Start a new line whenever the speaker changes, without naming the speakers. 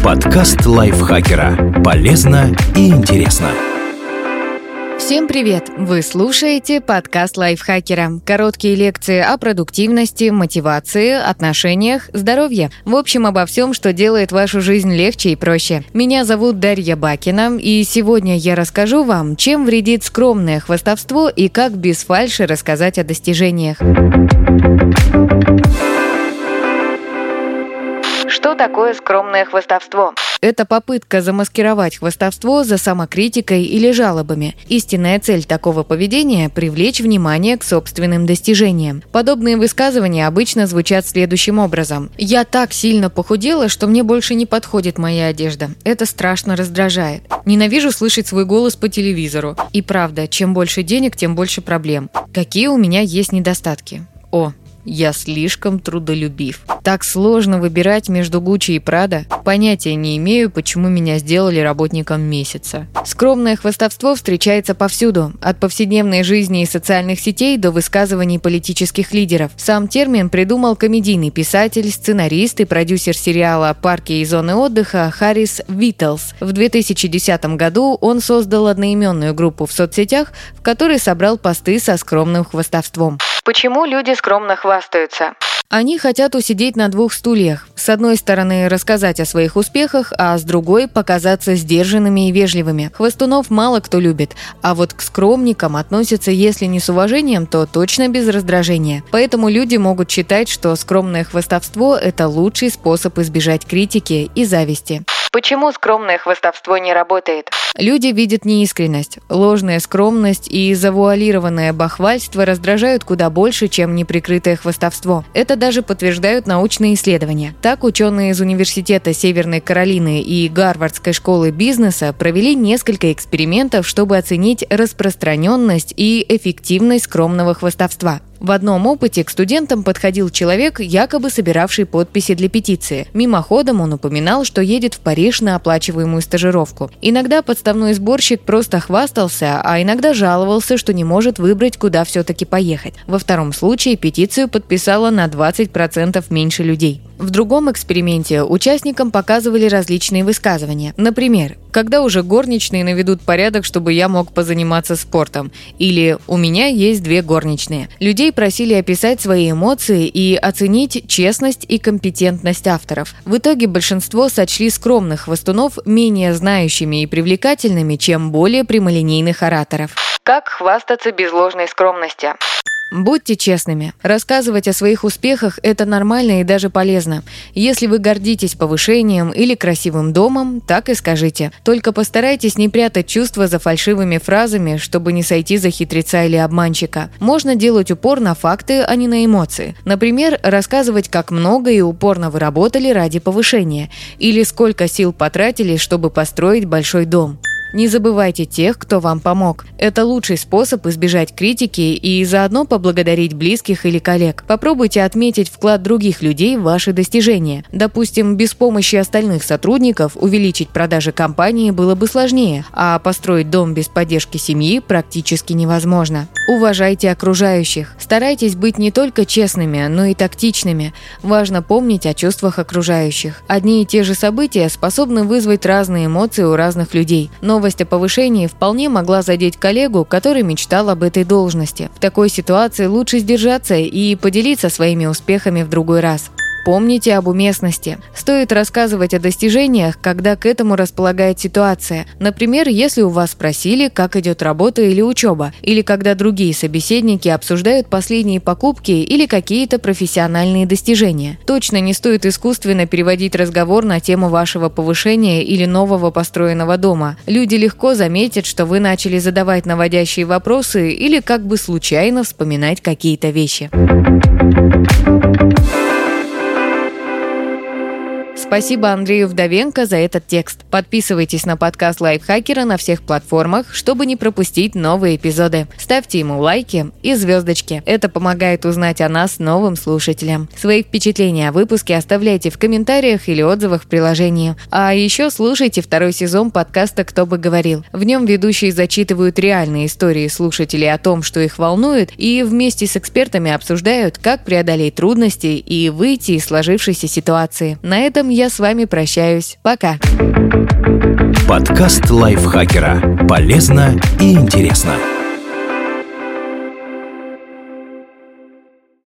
Подкаст лайфхакера. Полезно и интересно.
Всем привет! Вы слушаете подкаст лайфхакера. Короткие лекции о продуктивности, мотивации, отношениях, здоровье. В общем, обо всем, что делает вашу жизнь легче и проще. Меня зовут Дарья Бакина, и сегодня я расскажу вам, чем вредит скромное хвастовство и как без фальши рассказать о достижениях. Что такое скромное хвастовство? Это попытка замаскировать хвастовство за самокритикой или жалобами. Истинная цель такого поведения – привлечь внимание к собственным достижениям. Подобные высказывания обычно звучат следующим образом. «Я так сильно похудела, что мне больше не подходит моя одежда. Это страшно раздражает. Ненавижу слышать свой голос по телевизору. И правда, чем больше денег, тем больше проблем. Какие у меня есть недостатки? О, я слишком трудолюбив. Так сложно выбирать между Гуччи и Прадо. Понятия не имею, почему меня сделали работником месяца». Скромное хвастовство встречается повсюду, от повседневной жизни и социальных сетей до высказываний политических лидеров. Сам термин придумал комедийный писатель, сценарист и продюсер сериала «Парки и зоны отдыха» Харрис Виттлс. В 2010 году он создал одноименную группу в соцсетях, в которой собрал посты со скромным хвастовством. Почему люди скромно хвастаются? Они хотят усидеть на двух стульях. С одной стороны, рассказать о своих успехах, а с другой – показаться сдержанными и вежливыми. Хвастунов мало кто любит, а вот к скромникам относятся, если не с уважением, то точно без раздражения. Поэтому люди могут считать, что скромное хвастовство – это лучший способ избежать критики и зависти. Почему скромное хвастовство не работает? Люди видят неискренность. Ложная скромность и завуалированное бахвальство раздражают куда больше, чем неприкрытое хвастовство. Это даже подтверждают научные исследования. Так, ученые из Университета Северной Каролины и Гарвардской школы бизнеса провели несколько экспериментов, чтобы оценить распространенность и эффективность скромного хвастовства. В одном опыте к студентам подходил человек, якобы собиравший подписи для петиции. Мимоходом он упоминал, что едет в Париж на оплачиваемую стажировку. Иногда подставной сборщик просто хвастался, а иногда жаловался, что не может выбрать, куда все-таки поехать. Во втором случае петицию подписало на 20% меньше людей. В другом эксперименте участникам показывали различные высказывания. Например, «Когда уже горничные наведут порядок, чтобы я мог позаниматься спортом?» Или «У меня есть 2 горничные». Людей просили описать свои эмоции и оценить честность и компетентность авторов. В итоге большинство сочли скромных хвастунов менее знающими и привлекательными, чем более прямолинейных ораторов. Как хвастаться без ложной скромности? Будьте честными. Рассказывать о своих успехах – это нормально и даже полезно. Если вы гордитесь повышением или красивым домом, так и скажите. Только постарайтесь не прятать чувства за фальшивыми фразами, чтобы не сойти за хитреца или обманщика. Можно делать упор на факты, а не на эмоции. Например, рассказывать, как много и упорно вы работали ради повышения. Или сколько сил потратили, чтобы построить большой дом. Не забывайте тех, кто вам помог. Это лучший способ избежать критики и заодно поблагодарить близких или коллег. Попробуйте отметить вклад других людей в ваши достижения. Допустим, без помощи остальных сотрудников увеличить продажи компании было бы сложнее, а построить дом без поддержки семьи практически невозможно. Уважайте окружающих. Старайтесь быть не только честными, но и тактичными. Важно помнить о чувствах окружающих. Одни и те же события способны вызвать разные эмоции у разных людей. Новость о повышении вполне могла задеть коллегу, который мечтал об этой должности. В такой ситуации лучше сдержаться и поделиться своими успехами в другой раз. Помните об уместности. Стоит рассказывать о достижениях, когда к этому располагает ситуация. Например, если у вас спросили, как идет работа или учеба, или когда другие собеседники обсуждают последние покупки или какие-то профессиональные достижения. Точно не стоит искусственно переводить разговор на тему вашего повышения или нового построенного дома. Люди легко заметят, что вы начали задавать наводящие вопросы или как бы случайно вспоминать какие-то вещи. Спасибо Андрею Вдовенко за этот текст. Подписывайтесь на подкаст Лайфхакера на всех платформах, чтобы не пропустить новые эпизоды. Ставьте ему лайки и звездочки. Это помогает узнать о нас новым слушателям. Свои впечатления о выпуске оставляйте в комментариях или отзывах в приложении. А еще слушайте 2 сезон подкаста «Кто бы говорил». В нем ведущие зачитывают реальные истории слушателей о том, что их волнует, и вместе с экспертами обсуждают, как преодолеть трудности и выйти из сложившейся ситуации. На этом я я с вами прощаюсь. Пока.
Подкаст лайфхакера. Полезно и интересно.